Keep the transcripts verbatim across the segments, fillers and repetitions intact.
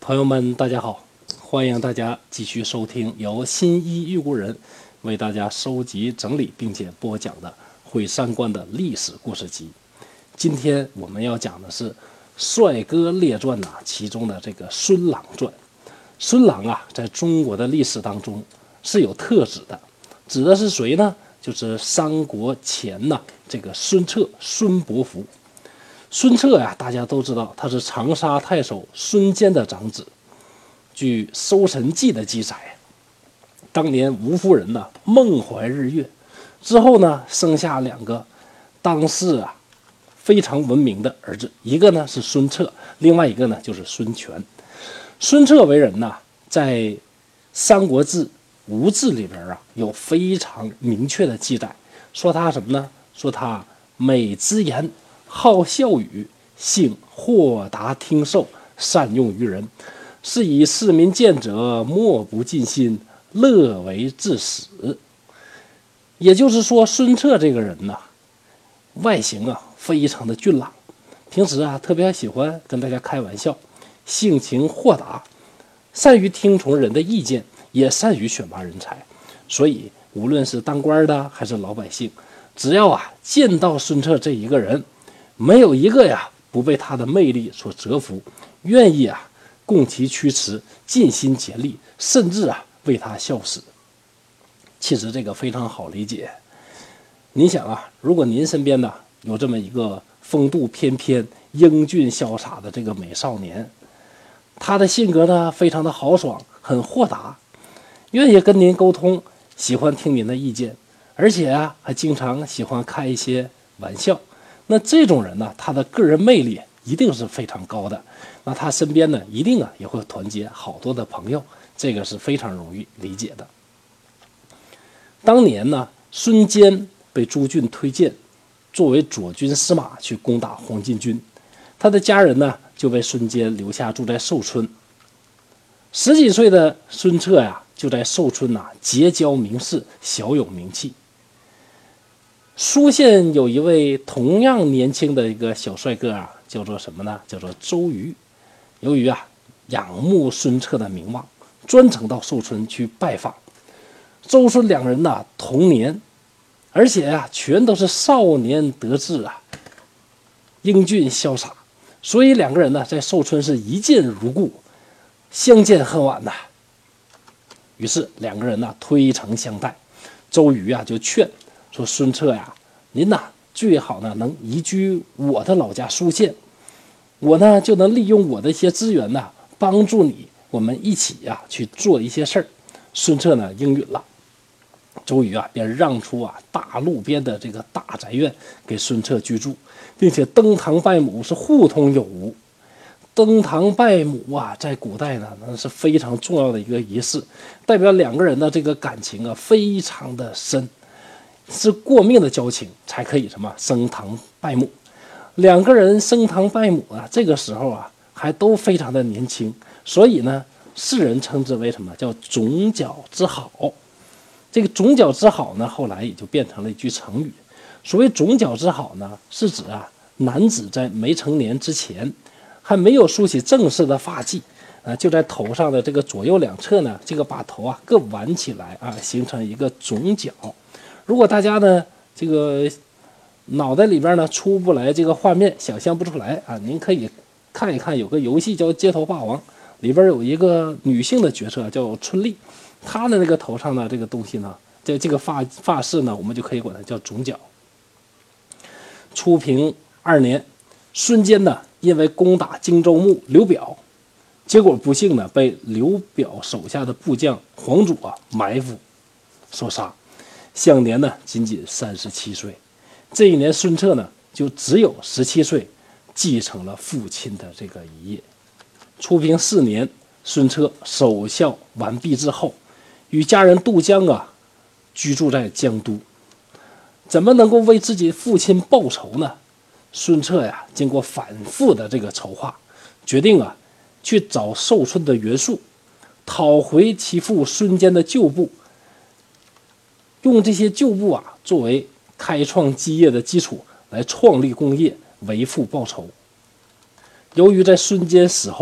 朋友们，大家好，欢迎大家继续收听由新一玉故人为大家收集整理并且播讲的毁三观的历史故事集。今天我们要讲的是《帅哥列传》呐，其中的这个孙郎传。孙郎啊，在中国的历史当中是有特指的，指的是谁呢？就是三国前呐，这个孙策、孙伯符。孙策呀，大家都知道他是长沙太守孙坚的长子。据《搜神记》的记载，当年吴夫人呢梦怀日月之后呢，生下两个当世啊非常闻名的儿子，一个呢是孙策，另外一个呢就是孙权。孙策为人呢，在《三国志·吴志》里边啊有非常明确的记载，说他什么呢？说他美之言，好笑语，性豁达听受，善用于人，是以市民见者莫不尽心，乐为至死。也就是说，孙策这个人呢，外形啊非常的俊朗，平时啊特别喜欢跟大家开玩笑，性情豁达，善于听从人的意见，也善于选拔人才。所以无论是当官的还是老百姓，只要啊见到孙策这一个人，没有一个呀不被他的魅力所折服，愿意啊共其驱驰，尽心竭力，甚至啊为他效死。其实这个非常好理解。您想啊，如果您身边呢有这么一个风度翩翩、英俊潇洒的这个美少年，他的性格呢非常的豪爽，很豁达，愿意跟您沟通，喜欢听您的意见，而且啊还经常喜欢开一些玩笑。那这种人呢，他的个人魅力一定是非常高的，那他身边呢一定啊也会团结好多的朋友，这个是非常容易理解的。当年呢，孙坚被朱俊推荐作为左军司马去攻打黄巾军，他的家人呢就被孙坚留下住在寿春。十几岁的孙策呀，就在寿春呐结交名士，小有名气。苏县有一位同样年轻的一个小帅哥啊，叫做什么呢？叫做周瑜。由于啊仰慕孙策的名望，专程到寿春去拜访。周孙两人呢同年，而且啊全都是少年得志啊，英俊潇洒，所以两个人呢在寿春是一见如故，相见恨晚呐。于是两个人呢推诚相待，周瑜啊就劝说孙策呀，您呐最好呢能移居我的老家苏县，我呢就能利用我的一些资源呢帮助你，我们一起呀去做一些事儿。孙策呢应允了，周瑜啊便让出啊大路边的这个大宅院给孙策居住，并且登堂拜母是互通有无。登堂拜母啊，在古代呢那是非常重要的一个仪式，代表两个人的这个感情啊非常的深，是过命的交情才可以什么升堂拜母。两个人升堂拜母啊，这个时候啊还都非常的年轻，所以呢世人称之为什么叫种角之好。这个种角之好呢，后来也就变成了一句成语。所谓种角之好呢，是指啊男子在没成年之前，还没有梳起正式的发髻啊，就在头上的这个左右两侧呢，这个把头啊各挽起来啊，形成一个种角。如果大家呢这个脑袋里边呢出不来这个画面，想象不出来啊，您可以看一看，有个游戏叫《街头霸王》，里边有一个女性的角色叫春丽，她的那个头上的这个东西呢，这这个发发饰呢，我们就可以管它叫种角。初平二年，孙坚呢因为攻打荆州牧刘表，结果不幸呢被刘表手下的部将黄祖啊埋伏所杀，享年呢仅仅三十七岁。这一年孙策呢就只有十七岁，继承了父亲的这个遗业。初平四年，孙策守孝完毕之后，与家人渡江啊居住在江都。怎么能够为自己父亲报仇呢？孙策呀经过反复的这个筹划，决定啊去找寿春的袁术，讨回其父孙坚的旧部，用这些旧部啊作为开创基业的基础，来创立功业，为父报仇。由于在孙坚死后，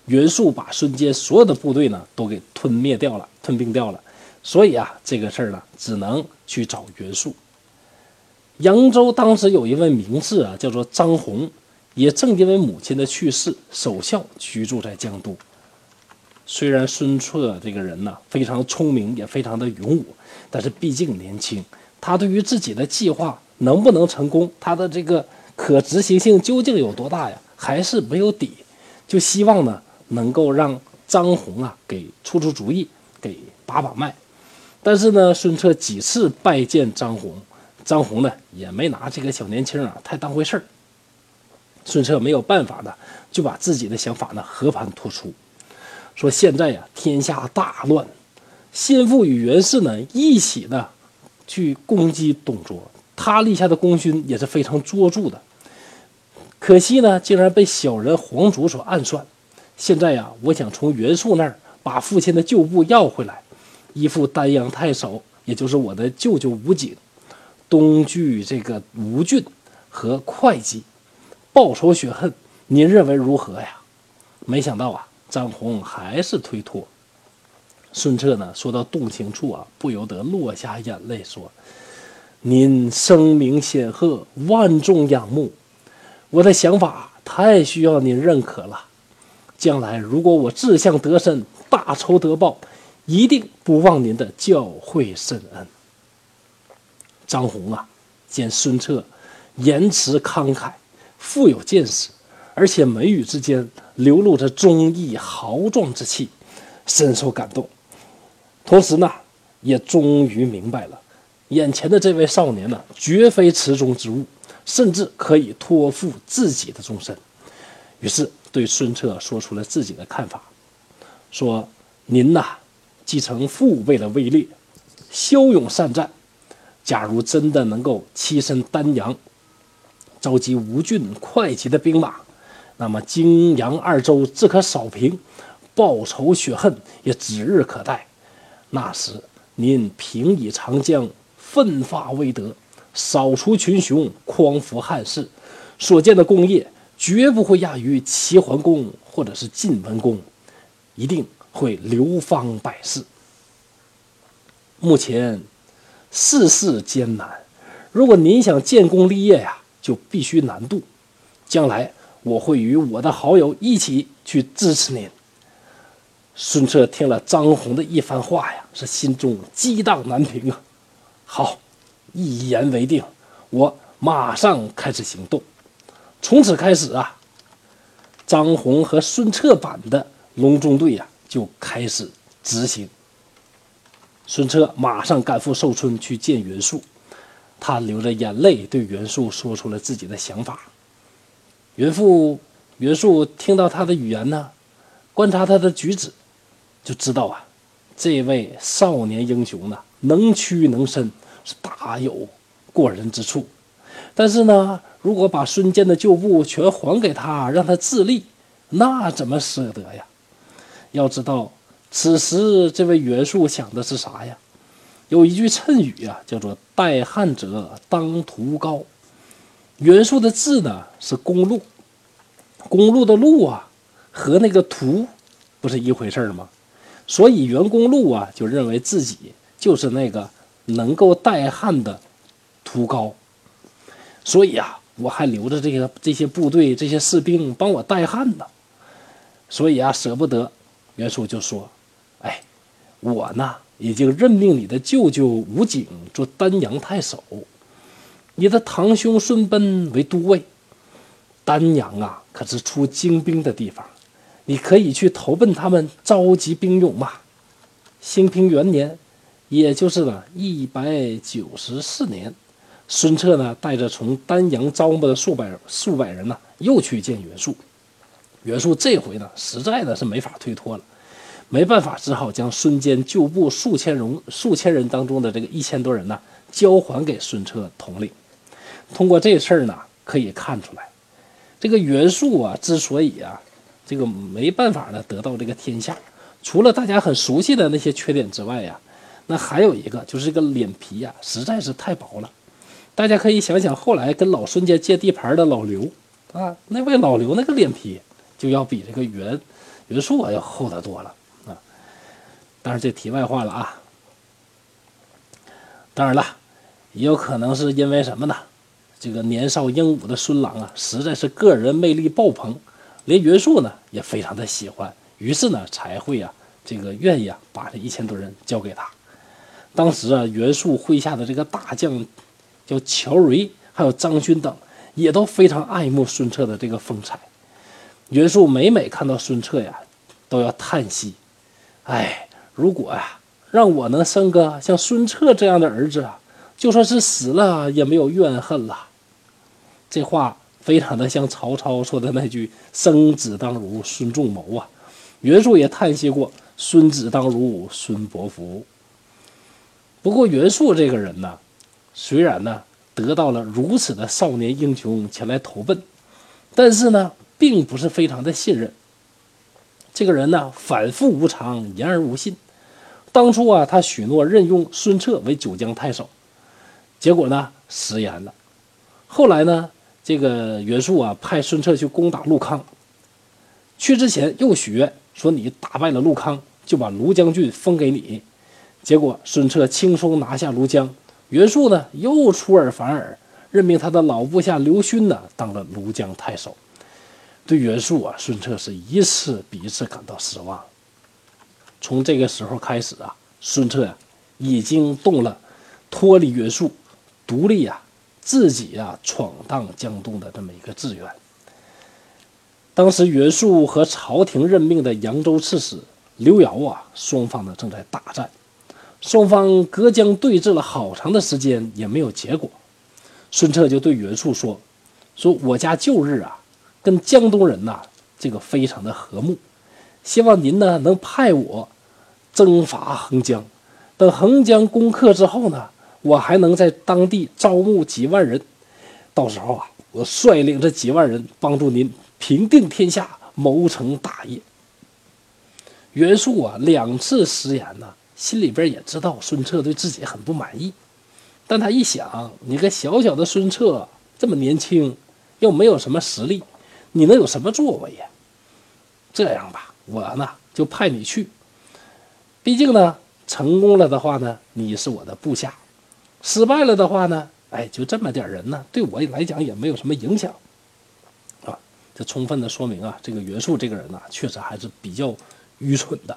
袁术把孙坚所有的部队呢都给吞灭掉了，吞并掉了。所以啊，这个事儿呢，只能去找袁术。扬州当时有一位名士啊，叫做张宏，也正因为母亲的去世，守孝居住在江都。虽然孙策这个人呢非常聪明，也非常的勇武，但是毕竟年轻，他对于自己的计划能不能成功，他的这个可执行性究竟有多大呀，还是没有底。就希望呢能够让张宏啊给出出主意，给把把脉。但是呢，孙策几次拜见张宏，张宏呢也没拿这个小年轻啊太当回事儿。孙策没有办法的，就把自己的想法呢和盘托出，说现在呀天下大乱，先父与袁氏呢一起呢去攻击董卓，他立下的功勋也是非常卓著的。可惜呢，竟然被小人黄祖所暗算。现在呀，我想从袁术那儿把父亲的旧部要回来，依附丹阳太守，也就是我的舅舅吴景，东据这个吴郡和会稽，报仇雪恨，您认为如何呀？没想到啊，张宏还是推脱。孙策呢，说到动情处啊，不由得落下眼泪，说：“您声名显赫，万众仰慕，我的想法太需要您认可了。将来如果我志向得伸，大仇得报，一定不忘您的教诲深恩。”张宏啊，见孙策言辞慷慨，富有见识，而且眉宇之间流露着忠义豪壮之气，深受感动。同时呢，也终于明白了，眼前的这位少年呢，绝非池中之物，甚至可以托付自己的终身。于是对孙策说出了自己的看法，说：“您呐，继承父辈的威烈，骁勇善战。假如真的能够栖身丹阳，召集吴郡、会稽的兵马，那么荆扬二州自可扫平，报仇雪恨也指日可待。那时您平以长江，奋发威德，扫除群雄，匡扶汉室，所建的功业绝不会亚于齐桓公或者是晋文公，一定会流芳百世。目前世事艰难，如果您想建功立业呀，就必须难度。将来我会与我的好友一起去支持您。”孙策听了张宏的一番话呀，是心中激荡难平啊。好，一言为定，我马上开始行动。从此开始啊，张宏和孙策版的隆中对呀就开始执行。孙策马上赶赴寿春去见袁术，他流着眼泪对袁术说出了自己的想法。袁术袁术听到他的语言呢，观察他的举止，就知道啊，这位少年英雄呢，能屈能伸，是大有过人之处。但是呢，如果把孙坚的旧部全还给他，让他自立，那怎么舍得呀？要知道，此时这位袁术想的是啥呀？有一句谶语啊，叫做“待汉者当屠高”。袁术的字呢是公路，公路的路啊，和那个屠不是一回事吗？所以袁公路啊就认为自己就是那个能够代汉的屠高，所以啊，我还留着这个这些部队、这些士兵帮我代汉呢。所以啊，舍不得。袁术就说：“哎，我呢已经任命你的舅舅吴景做丹阳太守，你的堂兄孙贲为都尉。丹阳啊，可是出精兵的地方，你可以去投奔他们，召集兵勇嘛。”兴平元年，也就是呢一百九十四年，孙策呢带着从丹阳招募的数百数百人呢，又去见袁术。袁术这回呢，实在的是没法推脱了，没办法，只好将孙坚旧部数千人数千人当中的这个一千多人呢，交还给孙策统领。通过这事儿呢，可以看出来，这个袁术啊，之所以啊，这个没办法呢得到这个天下，除了大家很熟悉的那些缺点之外呀，那还有一个就是这个脸皮呀，实在是太薄了。大家可以想想，后来跟老孙家借地盘的老刘啊，那位老刘那个脸皮就要比这个袁袁术啊要厚得多了啊。当然这题外话了啊。当然了，也有可能是因为什么呢？这个年少英武的孙郎啊，实在是个人魅力爆棚，连袁术呢也非常的喜欢，于是呢才会啊这个愿意啊把这一千多人交给他。当时啊，袁术麾下的这个大将叫乔蕤，还有张勋等，也都非常爱慕孙策的这个风采。袁术每每看到孙策呀，都要叹息：“哎，如果呀，让我能生个像孙策这样的儿子啊，就算是死了也没有怨恨了。”这话非常的像曹操说的那句“生子当如孙仲谋”啊。袁术也叹息过：“孙子当如孙伯符。”不过袁术这个人呢，虽然呢得到了如此的少年英雄前来投奔，但是呢并不是非常的信任。这个人呢反复无常，言而无信。当初啊，他许诺任用孙策为九江太守，结果呢食言了。后来呢，这个袁术啊派孙策去攻打陆康，去之前又许愿说：“你打败了陆康，就把庐江郡封给你。”结果孙策轻松拿下庐江，袁术呢又出尔反尔，任命他的老部下刘勋呢当了庐江太守。对袁术啊，孙策是一次比一次感到失望。从这个时候开始啊，孙策啊已经动了脱离袁术、独立啊自己啊闯荡江东的这么一个志愿。当时袁术和朝廷任命的扬州刺史刘繇啊，双方呢正在大战。双方隔江对峙了好长的时间，也没有结果。孙策就对袁术说：“说我家旧日啊，跟江东人呐、啊，这个非常的和睦，希望您呢能派我征伐横江。等横江攻克之后呢，我还能在当地招募几万人，到时候啊，我率领这几万人帮助您平定天下，谋成大业。”袁术啊，两次食言呢、啊。心里边也知道孙策对自己很不满意，但他一想，你个小小的孙策这么年轻，又没有什么实力，你能有什么作为呀？这样吧，我呢就派你去，毕竟呢成功了的话呢，你是我的部下；失败了的话呢，哎，就这么点人呢，对我来讲也没有什么影响啊。这充分的说明啊，这个袁术这个人呢、啊，确实还是比较愚蠢的。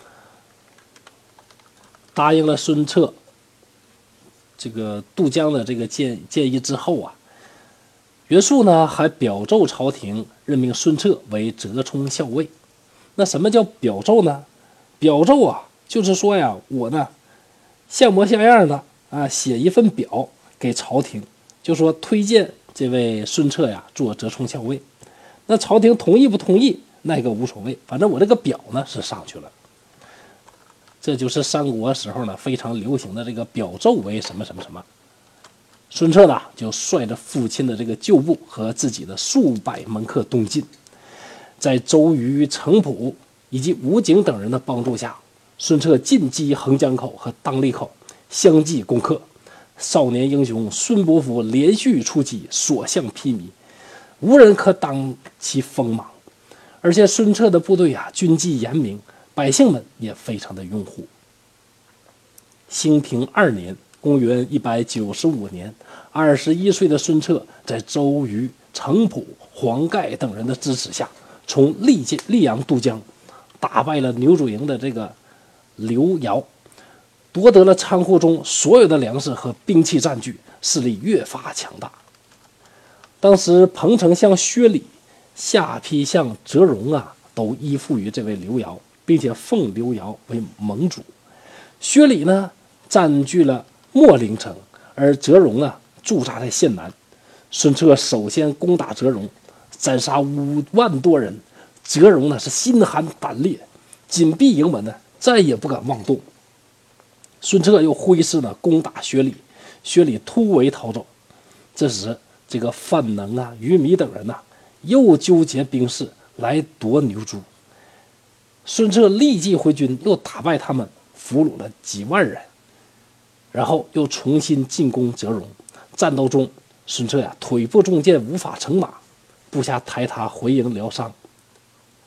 答应了孙策这个渡江的这个建建议之后啊，袁术呢还表奏朝廷，任命孙策为折冲校尉。那什么叫表奏呢？表奏啊，就是说呀，我呢像模像样的啊写一份表给朝廷，就说推荐这位孙策呀做折冲校尉。那朝廷同意不同意，那个无所谓，反正我这个表呢是上去了。这就是三国时候呢非常流行的这个表奏为什么什么什么。孙策呢就率着父亲的这个旧部和自己的数百门客东进，在周瑜、程普以及吴景等人的帮助下，孙策进击横江口和当利口，相继攻克。少年英雄孙伯符连续出击，所向披靡，无人可挡其锋芒。而且孙策的部队啊，军纪严明，百姓们也非常的拥护。兴平二年，公元一百九十五年，二十一岁的孙策在周瑜、程普、黄盖等人的支持下，从溧江溧阳渡江，打败了牛祖营的这个刘繇，夺得了仓库中所有的粮食和兵器占据，势力越发强大。当时彭丞相薛礼、下邳相泽荣啊，都依附于这位刘繇，并且奉刘繇为盟主。薛礼呢占据了秣陵城，而泽荣啊驻扎在县南。孙策首先攻打泽荣，斩杀五万多人。泽荣呢是心寒胆裂，紧闭营门呢，再也不敢妄动。孙策又挥师呢攻打薛礼，薛礼突围逃走。这时这个范能啊、于米等人呐、啊，又纠结兵士来夺牛渚。孙策立即回军，又打败他们，俘虏了几万人，然后又重新进攻泽荣。战斗中，孙策呀腿部中箭，无法乘马，部下抬他回营疗伤。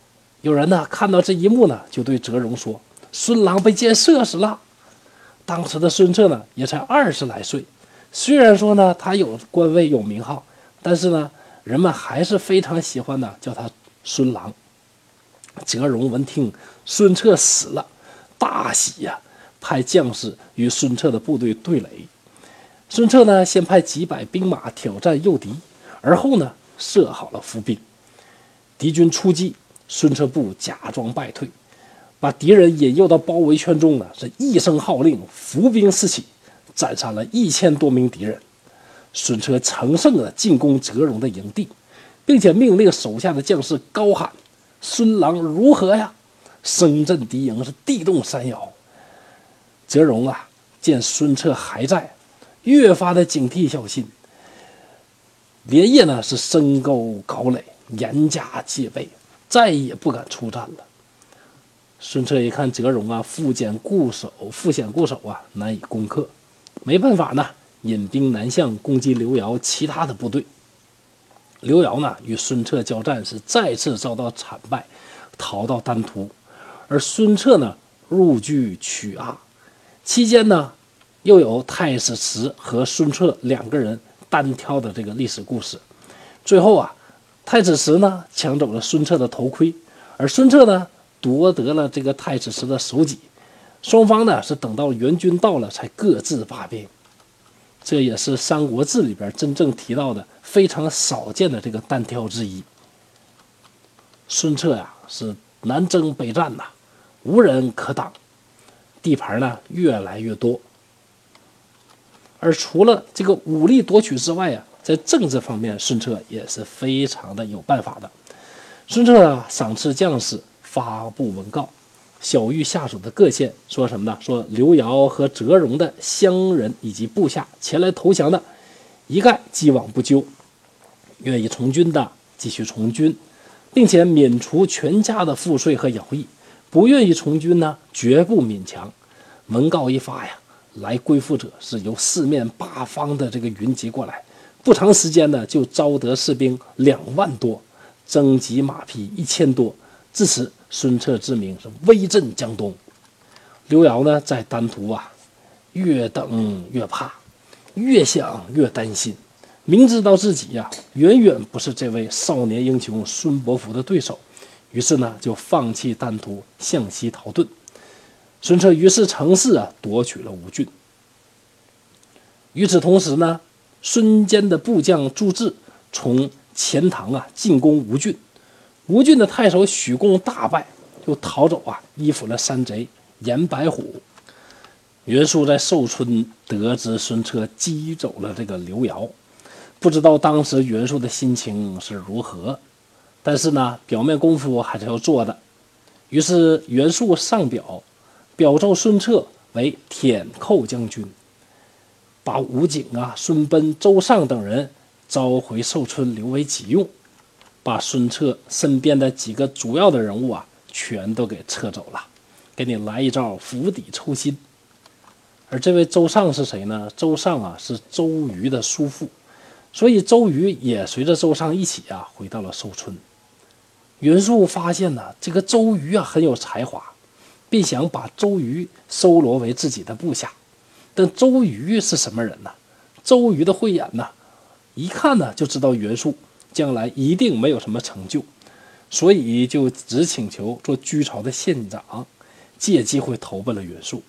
有人呢看到这一幕呢，就对哲荣说：“孙郎被箭射死了。”当时的孙策呢也才二十来岁，虽然说呢他有官位有名号，但是呢人们还是非常喜欢呢叫他孙郎。哲荣闻听孙策死了，大喜呀、啊，派将士与孙策的部队对垒。孙策呢先派几百兵马挑战诱敌，而后呢设好了伏兵。敌军出击，孙策部假装败退，把敌人引诱到包围圈中呢，是一声号令，伏兵四起，斩杀了一千多名敌人。孙策乘胜的进攻哲荣的营地，并且命令手下的将士高喊：“孙郎如何呀？”声震敌营，是地动山摇。哲荣啊，见孙策还在，越发的警惕小心，连夜呢是深沟高垒，严加戒备，再也不敢出战了。孙策一看哲荣啊，复坚固守，复险固守啊，难以攻克，没办法呢，引兵南向攻击刘繇其他的部队。刘繇呢与孙策交战是再次遭到惨败，逃到丹徒，而孙策呢入据曲阿。期间呢，又有太史慈和孙策两个人单挑的这个历史故事。最后啊，太史慈呢抢走了孙策的头盔，而孙策呢夺得了这个太史慈的首级。双方呢是等到援军到了才各自罢兵。这也是《三国志》里边真正提到的非常少见的这个单挑之一。孙策呀、啊、是南征北战呐、啊，无人可挡，地盘呢越来越多。而除了这个武力夺取之外啊，在政治方面，孙策也是非常的有办法的。孙策啊，赏赐将士，发布文告，晓谕下属的各县，说什么呢？说刘繇和哲荣的乡人以及部下前来投降的，一概既往不咎；愿意从军的继续从军，并且免除全家的赋税和徭役；不愿意从军呢，绝不勉强。文告一发呀，来归附者是由四面八方的这个云集过来，不长时间呢，就招得士兵两万多，征集马匹一千多。至此，孙策之名是威震江东。刘繇呢，在丹徒啊，越等越怕，越想越担心，明知道自己呀、啊，远远不是这位少年英雄孙伯符的对手，于是呢，就放弃丹徒，向西逃遁。孙策于是乘势啊，夺取了吴郡。与此同时呢，孙坚的部将朱治从钱塘啊进攻吴郡，吴郡的太守许公大败，就逃走啊，依附了山贼严白虎。袁术在寿春得知孙策击走了这个刘繇，不知道当时袁术的心情是如何，但是呢，表面功夫还是要做的。于是袁术上表，表奏孙策为舔寇将军，把吴景啊、孙贲、周尚等人召回寿春，留为己用，把孙策身边的几个主要的人物啊，全都给撤走了，给你来一招釜底抽薪。而这位周尚是谁呢？周尚啊是周瑜的叔父，所以周瑜也随着周尚一起啊回到了寿春。袁术发现呢、啊，这个周瑜啊很有才华，并想把周瑜收罗为自己的部下。但周瑜是什么人呢？周瑜的慧眼呢，一看呢就知道袁术将来一定没有什么成就，所以就只请求做居巢的县长，借机会投奔了袁术。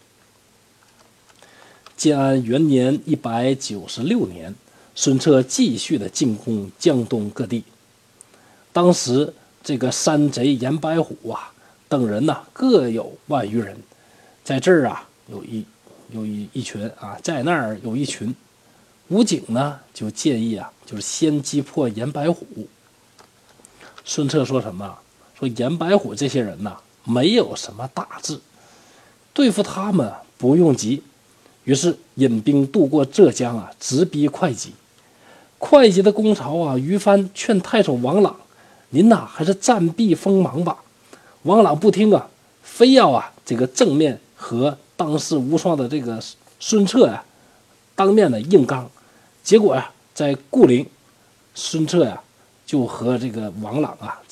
建安元年一百九十六年，孙策继续的进攻江东各地。当时这个山贼严白虎啊等人呢、啊、各有万余人，在这儿啊有一有一一群啊，在那儿有一群。吴景呢就建议啊，就是先击破严白虎。孙策说什么？说严白虎这些人呐、啊，没有什么大志，对付他们不用急。于是引兵渡过浙江啊，直逼会稽。会稽的公曹啊，于帆劝太守王朗：“您呐、啊，还是暂避锋芒吧。”王朗不听啊，非要啊这个正面和当世无双的这个孙策呀、啊，当面的硬刚。结果呀、啊，在固陵，孙策呀、啊、就和这个王朗啊这个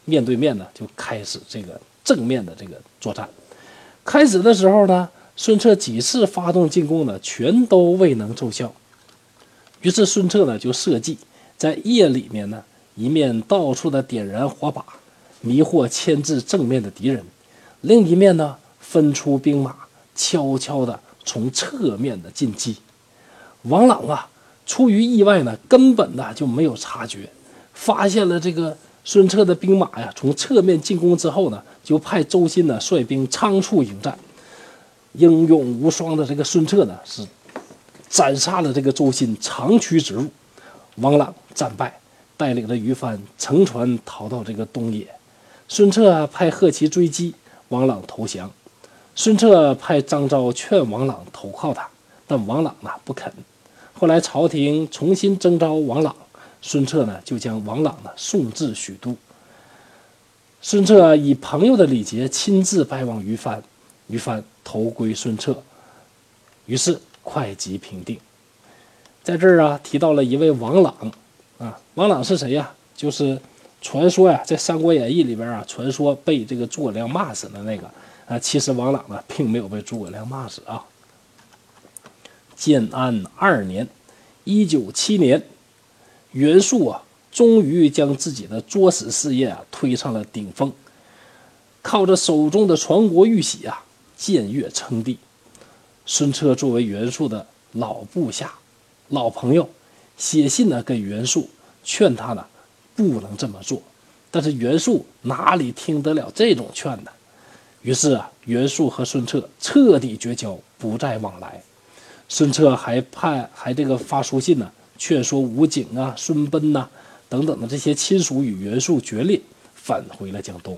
面对面呢就开始这个正面的这个作战。开始的时候呢，孙策几次发动进攻呢，全都未能奏效。于是孙策呢就设计在夜里面呢，一面到处的点燃火把，迷惑牵制正面的敌人；另一面呢，分出兵马，悄悄的从侧面的进击。王朗啊，出于意外呢，根本呢就没有察觉，发现了这个孙策的兵马呀从侧面进攻之后呢，就派周新呢率兵仓促迎战。英勇无双的这个孙策呢，是斩杀了这个周新，长驱直入。王朗战败，带领着于帆乘船逃到这个东野。孙策派贺齐追击，王朗投降。孙策派张昭劝王朗投靠他，但王朗呢不肯。后来朝廷重新征召王朗，孙策呢就将王朗呢送至许都。孙策以朋友的礼节亲自拜望于帆，于帆投归孙策，于是会稽平定。在这儿啊提到了一位王朗啊，王朗是谁呀？就是传说呀，在《三国演义》里边啊，传说被这个诸葛亮骂死的那个啊。其实王朗呢，并没有被诸葛亮骂死啊。建安二年，一九七年，袁术啊，终于将自己的作史事业啊推上了顶峰，靠着手中的传国玉玺啊，僭越称帝。孙策作为袁术的老部下、老朋友，写信呢给袁术，劝他呢不能这么做。但是袁术哪里听得了这种劝呢？于是啊，袁术和孙策彻底绝交，不再往来。孙策还派还这个发书信呢，劝说吴景啊、孙贲呐等等的这些亲属与袁术决裂，返回了江东。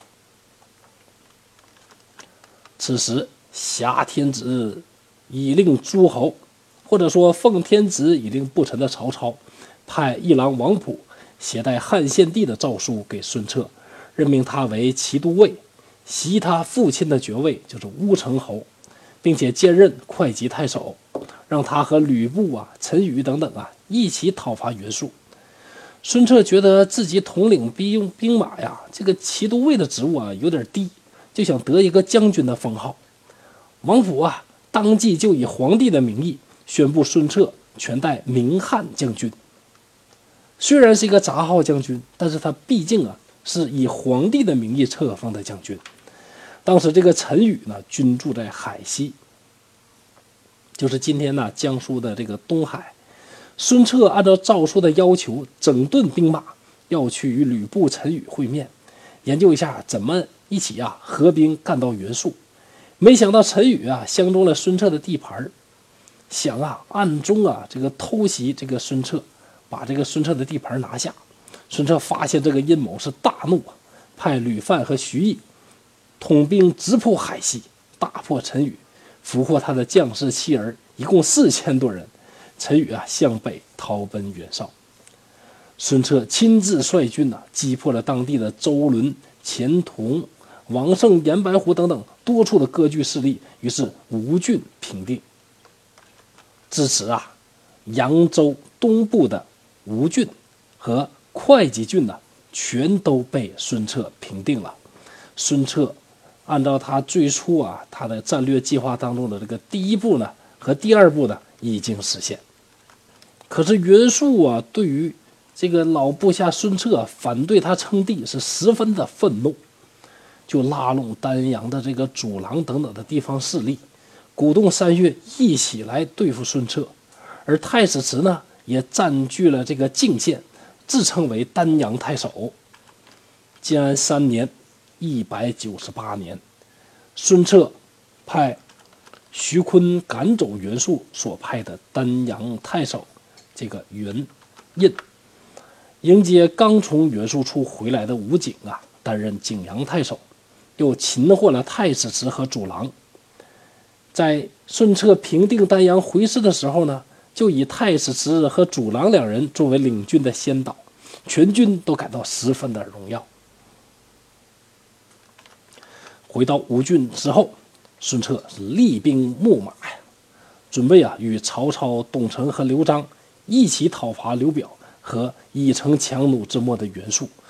此时挟天子以令诸侯，或者说奉天子以令不臣的曹操，派一郎王普携带汉献帝的诏书给孙策，任命他为骑都尉，袭他父亲的爵位，就是乌程侯，并且兼任会稽太守，让他和吕布啊、陈馀等等啊一起讨伐袁术。孙策觉得自己统领兵兵马呀，这个骑都尉的职务啊有点低，就想得一个将军的封号。王普啊，当即就以皇帝的名义宣布孙策全代明汉将军。虽然是一个杂号将军，但是他毕竟啊是以皇帝的名义册封的将军。当时这个陈馀呢，居住在海西，就是今天呢江苏的这个东海。孙策按照诏书的要求，整顿兵马，要去与吕布、陈馀会面，研究一下怎么一起啊合兵干到袁术。没想到陈馀啊相中了孙策的地盘，想啊暗中啊这个偷袭这个孙策，把这个孙策的地盘拿下。孙策发现这个阴谋是大怒啊，派吕范和徐毅统兵直扑海西，大破陈馀，俘获他的将士妻儿，一共四千多人。陈馀啊向北逃奔袁绍。孙策亲自率军啊击破了当地的周伦、钱童、王胜、严白虎等等多处的割据势力，于是吴郡平定。至此啊，扬州东部的吴郡和会稽郡呢，全都被孙策平定了。孙策按照他最初啊他的战略计划当中的这个第一步呢和第二步呢已经实现。可是袁术啊对于这个老部下孙策反对他称帝是十分的愤怒，就拉拢丹阳的这个祖郎等等的地方势力，鼓动三越一起来对付孙策。而太史慈呢也占据了这个泾县，自称为丹阳太守。建安三年一百九十八年，孙策派徐坤赶走袁术所派的丹阳太守这个袁胤，迎接刚从袁术处回来的吴景啊，担任景阳太守，又擒获了太史慈和祖郎。在孙策平定丹阳回师的时候呢，就以太史慈和祖郎两人作为领军的先导，全军都感到十分的荣耀。回到吴郡之后，孙策是厉兵秣马呀，准备啊与曹操、董承和刘璋一起讨伐刘表和已成强弩之末的袁术。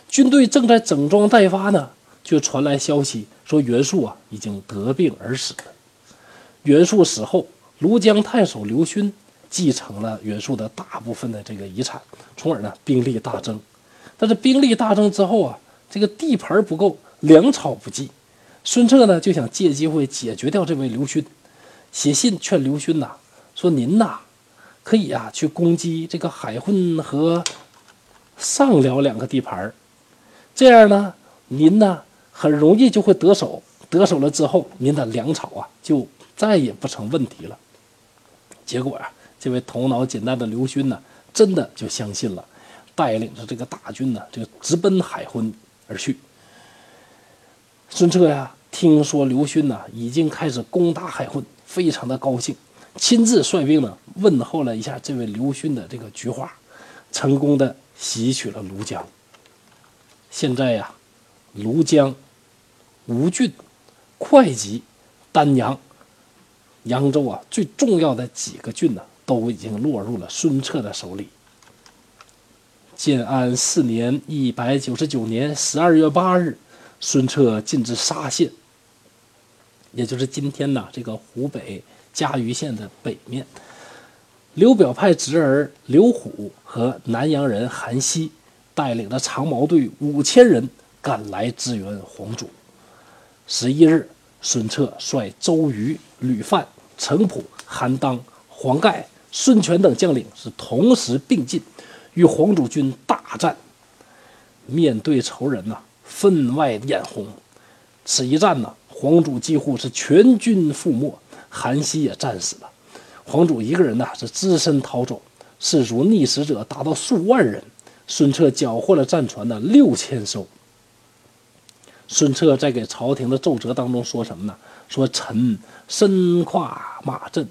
军队正在整装待发呢，就传来消息说袁术啊已经得病而死了。袁术死后，庐江太守刘勋继承了袁术的大部分的这个遗产，从而呢兵力大增。但是兵力大增之后啊，这个地盘不够，粮草不济。孙策呢就想借机会解决掉这位刘勋，写信劝刘勋呐、啊，说您呐、啊、可以啊去攻击这个海浑和上辽两个地盘，这样呢您呢很容易就会得手，得手了之后您的粮草啊就再也不成问题了。结果啊，这位头脑简单的刘勋呢，真的就相信了，带领着这个大军呢，这个直奔海浑而去。孙策呀，听说刘勋呢已经开始攻打海浑，非常的高兴，亲自率兵呢问候了一下这位刘勋的这个菊花，成功的袭取了庐江。现在呀，庐江、吴郡、会稽、丹阳、扬州啊，最重要的几个郡呢，都已经落入了孙策的手里。建安四年一百九十九年十二月八日，孙策进至沙县，也就是今天呢这个湖北嘉鱼县的北面。刘表派侄儿刘虎和南阳人韩熙带领着长矛队五千人赶来支援黄祖。十一日，孙策率周瑜、吕范、程普、韩当、黄盖、孙权等将领是同时并进，与黄祖军大战。面对仇人呐、啊，分外眼红。此一战呢，黄祖几乎是全军覆没，韩熙也战死了。黄祖一个人呢是只身逃走，士卒溺死者达到数万人。孙策缴获了战船的六千艘。孙策在给朝廷的奏折当中说什么呢？说臣身跨马阵，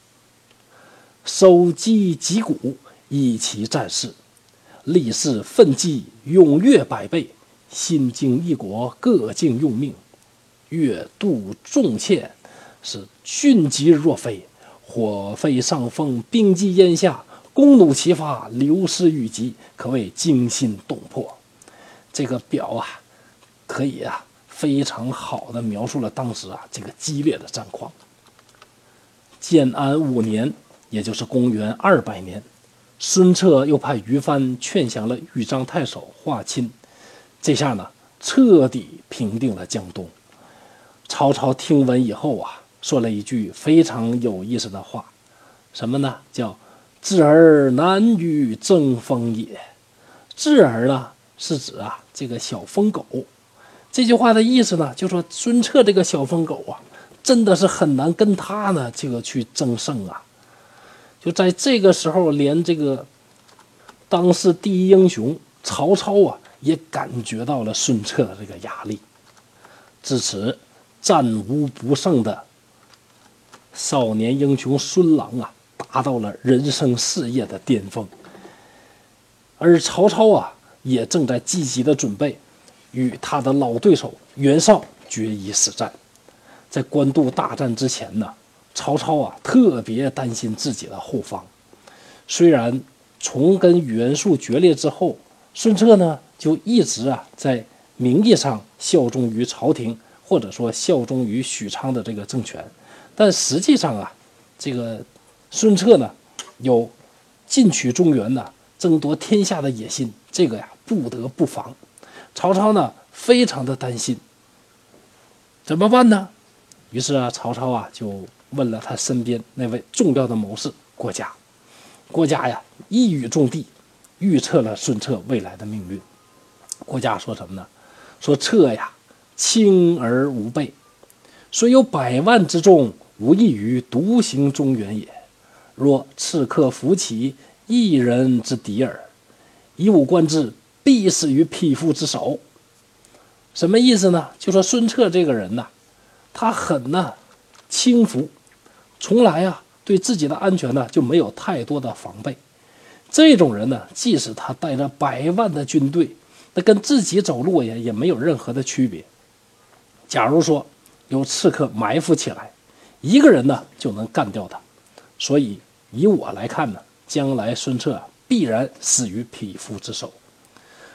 手击击鼓，以其战事，立誓奋击，踊跃百倍，心经一国，各尽用命，月度众堑，是迅疾若飞，火飞上风，兵击烟下，弓弩齐发，流矢雨疾，可谓惊心动魄。这个表啊，可以啊非常好的描述了当时啊这个激烈的战况。建安五年，也就是公元二百年，孙策又派于翻劝降了豫章太守华钦，这下呢彻底平定了江东。曹操听闻以后啊，说了一句非常有意思的话，什么呢？叫智儿难与争锋也。智儿呢是指啊这个小疯狗。这句话的意思呢，就说孙策这个小疯狗啊，真的是很难跟他呢这个去争胜啊。就在这个时候，连这个当世第一英雄曹操啊，也感觉到了孙策的这个压力。至此，战无不胜的少年英雄孙郎啊，达到了人生事业的巅峰。而曹操啊，也正在积极的准备与他的老对手袁绍决一死战。在官渡大战之前呢，曹操啊特别担心自己的后方。虽然从跟袁术决裂之后，孙策呢就一直啊在名义上效忠于朝廷，或者说效忠于许昌的这个政权，但实际上啊，这个孙策呢有进取中原呢，争夺天下的野心，这个呀不得不防。曹操呢非常的担心，怎么办呢？于是啊，曹操啊就问了他身边那位重要的谋士郭嘉。郭嘉呀一语中的，预测了孙策未来的命运。郭嘉说什么呢？说策呀轻而无备，虽有百万之众，无异于独行中原也。若刺客扶起，一人之敌耳。以吾观之，必死于匹夫之手。什么意思呢？就说孙策这个人呢，他很呢轻浮，从来啊对自己的安全呢就没有太多的防备。这种人呢，即使他带着百万的军队，那跟自己走路也也没有任何的区别。假如说有刺客埋伏起来，一个人呢就能干掉他。所以以我来看呢，将来孙策必然死于匹夫之手。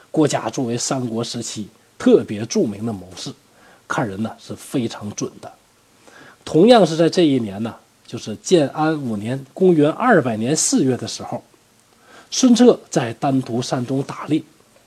郭嘉作为三国时期特别著名的谋士，看人呢是非常准的。同样是在这一年呢，就是建安五年，公元二百年四月的时候，孙策在丹徒山中打猎。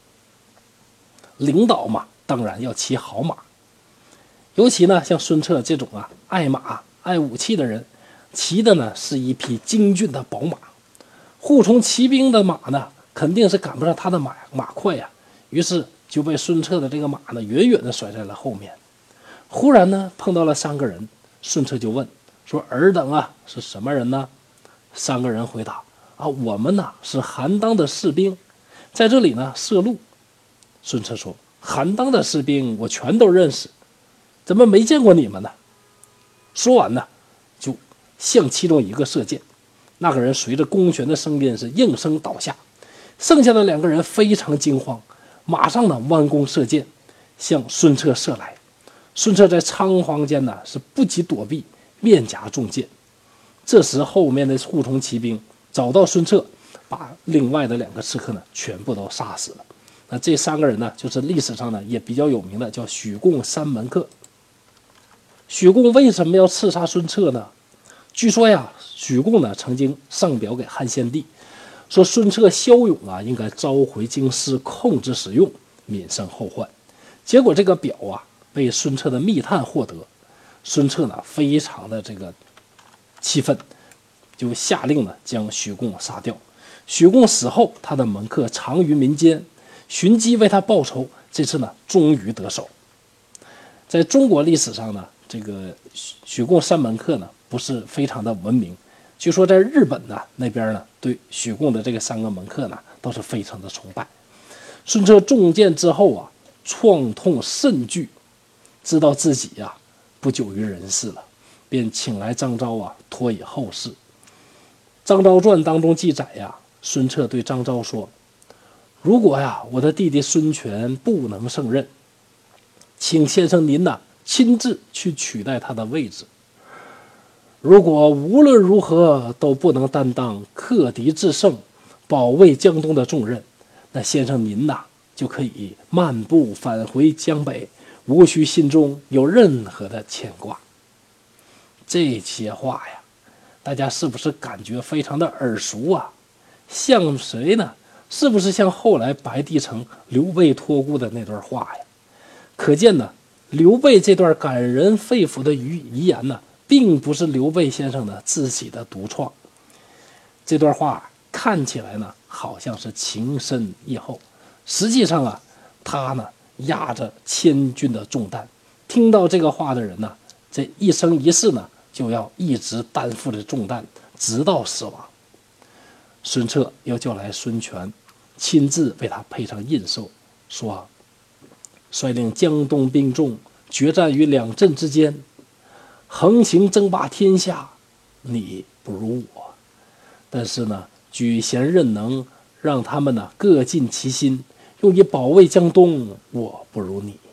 领导嘛，当然要骑好马，尤其呢像孙策这种啊爱马爱武器的人，骑的呢是一匹精俊的宝马。护从骑兵的马呢，肯定是赶不上他的马马快呀、啊，于是就被孙策的这个马呢远远的甩在了后面。忽然呢碰到了三个人，孙策就问说：“尔等啊是什么人呢？”三个人回答：“啊，我们呢是韩当的士兵，在这里呢摄路。”孙策说：“韩当的士兵我全都认识，怎么没见过你们呢？”说完呢，就向其中一个射箭，那个人随着弓弦的声音是应声倒下，剩下的两个人非常惊慌，马上呢弯弓射箭向孙策射来。孙策在仓皇间呢是不及躲避，面颊中箭。这时后面的护从骑兵找到孙策，把另外的两个刺客呢全部都杀死了。那这三个人呢，就是历史上呢也比较有名的，叫许贡三门客。许贡为什么要刺杀孙策呢？据说呀，许贡呢曾经上表给汉献帝，说孙策骁勇啊，应该召回京师，控制使用，免生后患。结果这个表啊被孙策的密探获得，孙策呢非常的这个气愤，就下令呢将许贡杀掉。许贡死后，他的门客藏于民间，寻机为他报仇，这次呢终于得手。在中国历史上呢，这个许贡三门客呢不是非常的闻名，据说在日本呢那边呢对许贡的这个三个门客呢都是非常的崇拜。孙策中箭之后啊，创痛甚剧，知道自己呀、啊、不久于人世了，便请来张昭啊托以后事。张昭传当中记载呀，孙策对张昭说：“如果呀我的弟弟孙权不能胜任，请先生您呐亲自去取代他的位置。如果无论如何都不能担当克敌制胜、保卫江东的重任，那先生您呐就可以漫步返回江北，无需心中有任何的牵挂。”这些话呀，大家是不是感觉非常的耳熟啊？像谁呢？是不是像后来白帝城刘备托孤的那段话呀？可见呢，刘备这段感人肺腑的遗言呢，并不是刘备先生的自己的独创。这段话看起来呢，好像是情深意厚，实际上啊，他呢压着千钧的重担。听到这个话的人呢，这一生一世呢，就要一直担负着重担，直到死亡。孙策又叫来孙权，亲自为他配上印绶，说：“率领江东兵众，决战于两镇之间，横行争霸天下，你不如我。但是呢，举贤任能，让他们呢各尽其心，用以保卫江东，我不如你。”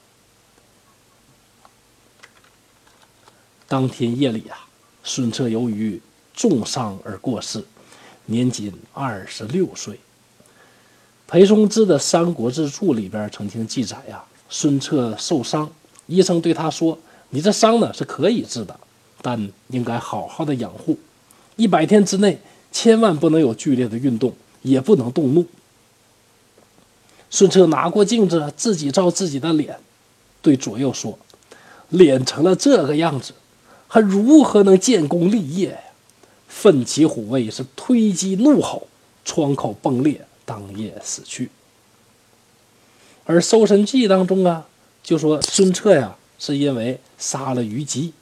当天夜里啊，孙策由于重伤而过世，年仅二十六岁。裴松之的《三国志注》里边曾经记载呀，孙策受伤，医生对他说：“你这伤呢是可以治的，但应该好好的养护，一百天之内千万不能有剧烈的运动，也不能动怒。”孙策拿过镜子，自己照自己的脸，对左右说：“脸成了这个样子，还如何能建功立业呀？”奋起虎威，是推击怒吼，窗口崩裂，当夜死去。而《搜神记》当中啊，就说孙策呀，是因为杀了虞姬。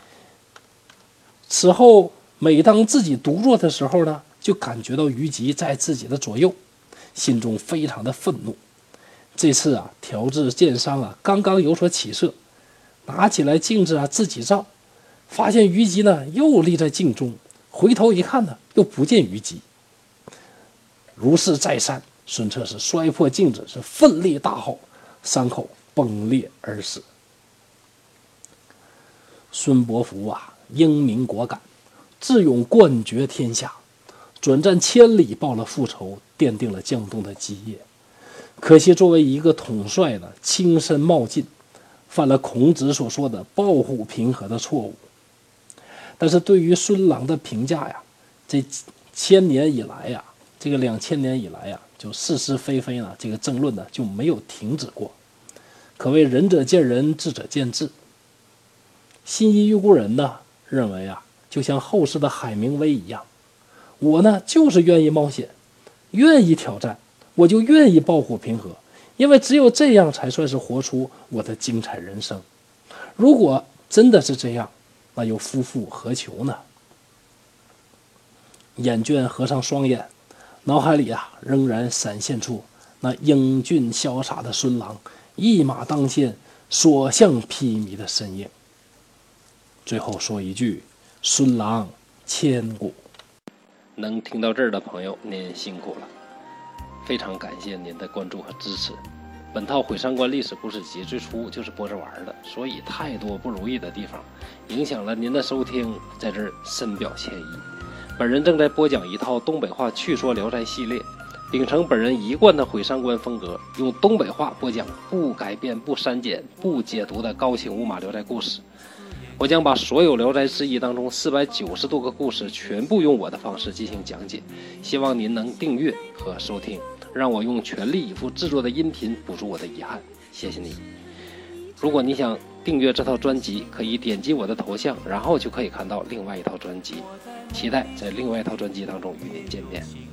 此后，每当自己独坐的时候呢，就感觉到虞姬在自己的左右，心中非常的愤怒。这次啊，调治箭伤啊，刚刚有所起色，拿起来镜子啊，自己照，发现虞姬呢又立在镜中。回头一看呢，又不见虞姬。如是再三，孙策是摔破镜子，是奋力大吼，伤口崩裂而死。孙伯符啊，英明果敢，智勇冠绝天下，转战千里报了复仇，奠定了江东的基业。 可惜作为一个统帅呢，轻身冒进，犯了孔子所说的抱虎平和的错误。但是对于孙郎的评价呀，这千年以来呀，这个两千年以来呀，就是是非非呢，这个争论呢就没有停止过，可谓仁者见仁，智者见智。新一预估人呢认为啊，就像后世的海明威一样，我呢就是愿意冒险，愿意挑战，我就愿意抱虎平和，因为只有这样才算是活出我的精彩人生。如果真的是这样，那又夫复何求呢？眼倦合上双眼，脑海里啊仍然闪现出那英俊潇洒的孙郎一马当先，所向披靡的身影。最后说一句，孙郎千古。能听到这儿的朋友，您辛苦了，非常感谢您的关注和支持。本套毁三观历史故事集最初就是播着玩的，所以太多不如意的地方，影响了您的收听，在这儿深表歉意。本人正在播讲一套东北话趣说聊斋系列，秉承本人一贯的毁三观风格，用东北话播讲不改变、不删减、不解读的高清无码聊斋故事。我将把所有聊斋志异当中四百九十多个故事全部用我的方式进行讲解，希望您能订阅和收听，让我用全力以赴制作的音频补足我的遗憾，谢谢你。如果你想订阅这套专辑，可以点击我的头像，然后就可以看到另外一套专辑。期待在另外一套专辑当中与您见面。